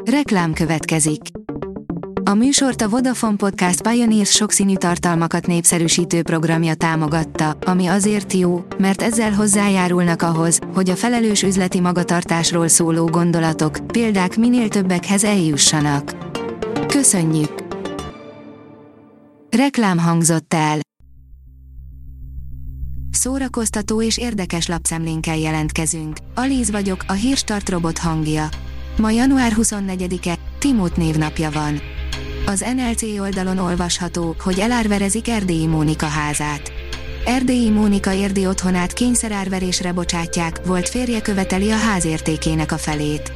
Reklám következik. A műsort a Vodafone Podcast Pioneers sokszínű tartalmakat népszerűsítő programja támogatta, ami azért jó, mert ezzel hozzájárulnak ahhoz, hogy a felelős üzleti magatartásról szóló gondolatok, példák minél többekhez eljussanak. Köszönjük! Reklám hangzott el. Szórakoztató és érdekes lapszemlénkkel jelentkezünk. Alíz vagyok, a Hírstart robot hangja. Ma január 24-e, Timót névnapja van. Az NLC oldalon olvasható, hogy elárverezik Erdélyi Mónika házát. Erdélyi Mónika érdi otthonát kényszerárverésre bocsátják, volt férje követeli a ház értékének a felét.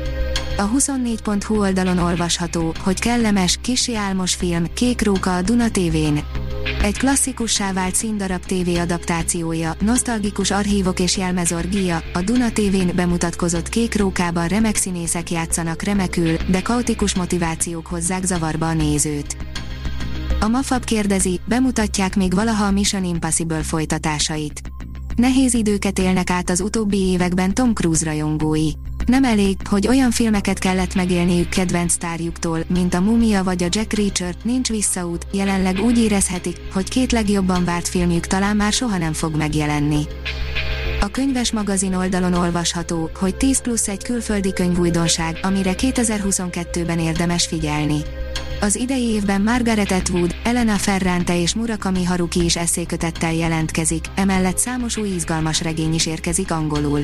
A 24.hu oldalon olvasható, hogy kellemes, kissé álmos film, Kék róka a Duna TV-n. Egy klasszikussá vált színdarab TV adaptációja, nosztalgikus archívok és jelmezorgia, a Duna TV-n bemutatkozott Kék rókában remek színészek játszanak remekül, de kaotikus motivációk hozzák zavarba a nézőt. A Mafab kérdezi, bemutatják még valaha a Mission Impossible folytatásait. Nehéz időket élnek át az utóbbi években Tom Cruise rajongói. Nem elég, hogy olyan filmeket kellett megélniük kedvenc sztárjuktól, mint a Mumia vagy a Jack Reacher, nincs visszaút, jelenleg úgy érezhetik, hogy két legjobban várt filmjük talán már soha nem fog megjelenni. A Könyves magazin oldalon olvasható, hogy 10+1 külföldi könyvújdonság, amire 2022-ben érdemes figyelni. Az idei évben Margaret Atwood, Elena Ferrante és Murakami Haruki is esszékötettel jelentkezik, emellett számos új izgalmas regény is érkezik angolul.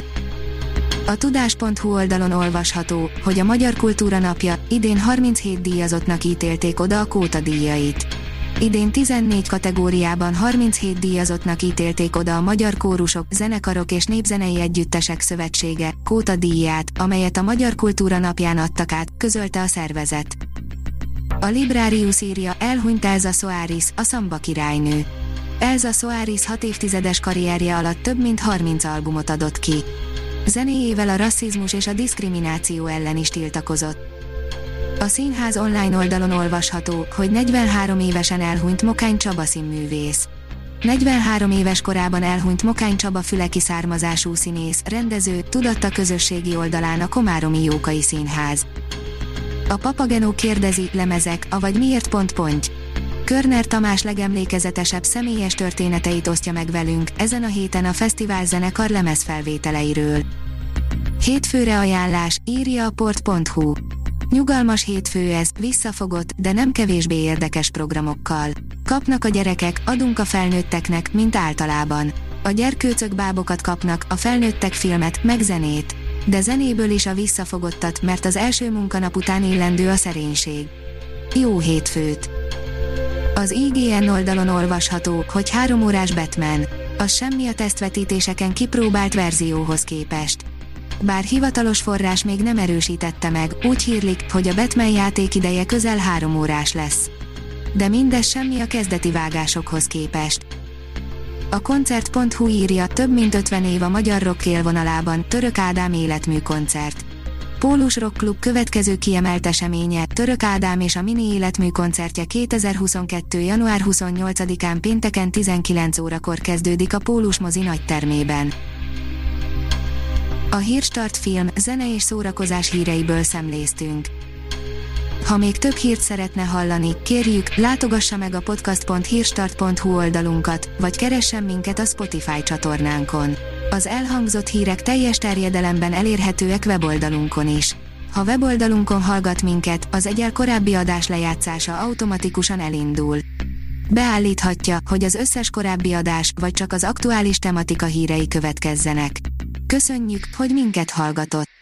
A tudás.hu oldalon olvasható, hogy a Magyar Kultúra Napja, idén 37 díjazottnak ítélték oda a Kóta díjait. Idén 14 kategóriában 37 díjazottnak ítélték oda a Magyar Kórusok, Zenekarok és Népzenei Együttesek Szövetsége, Kóta díját, amelyet a Magyar Kultúra Napján adtak át, közölte a szervezet. A Librarius írja, elhunyt Elza Soares, a szamba királynő. Elza Soares 6 évtizedes karrierje alatt több mint 30 albumot adott ki. Zenéjével a rasszizmus és a diszkrimináció ellen is tiltakozott. A Színház online oldalon olvasható, hogy 43 évesen elhunyt Mokány Csaba színművész. 43 éves korában elhunyt Mokány Csaba füleki származású színész, rendező, tudatta közösségi oldalán a Komáromi Jókai Színház. A Papagenó kérdezi, lemezek, avagy miért ... Körner Tamás legemlékezetesebb személyes történeteit osztja meg velünk, ezen a héten a fesztivál zenekar lemezfelvételeiről. Hétfőre ajánlás, írja a port.hu. Nyugalmas hétfő ez, visszafogott, de nem kevésbé érdekes programokkal. Kapnak a gyerekek, adunk a felnőtteknek, mint általában. A gyerkőcök bábokat kapnak, a felnőttek filmet, meg zenét. De zenéből is a visszafogottat, mert az első munkanap után illendő a szerénység. Jó hétfőt! Az IGN oldalon olvasható, hogy 3 órás Batman. Az semmi a tesztvetítéseken kipróbált verzióhoz képest. Bár hivatalos forrás még nem erősítette meg, úgy hírlik, hogy a Batman játékideje közel 3 órás lesz. De mindez semmi a kezdeti vágásokhoz képest. A koncert.hu írja, több mint 50 év a magyar rock élvonalában, Török Ádám életmű koncert. Pólus Rock Klub következő kiemelt eseménye, Török Ádám és a Mini életmű koncertje 2022. január 28-án pénteken 19 órakor kezdődik a Pólus mozi nagytermében. A Hírstart film, zene és szórakozás híreiből szemléztünk. Ha még több hírt szeretne hallani, kérjük, látogassa meg a podcast.hírstart.hu oldalunkat, vagy keressen minket a Spotify csatornánkon. Az elhangzott hírek teljes terjedelemben elérhetőek weboldalunkon is. Ha weboldalunkon hallgat minket, az egyel korábbi adás lejátszása automatikusan elindul. Beállíthatja, hogy az összes korábbi adás, vagy csak az aktuális tematika hírei következzenek. Köszönjük, hogy minket hallgatott!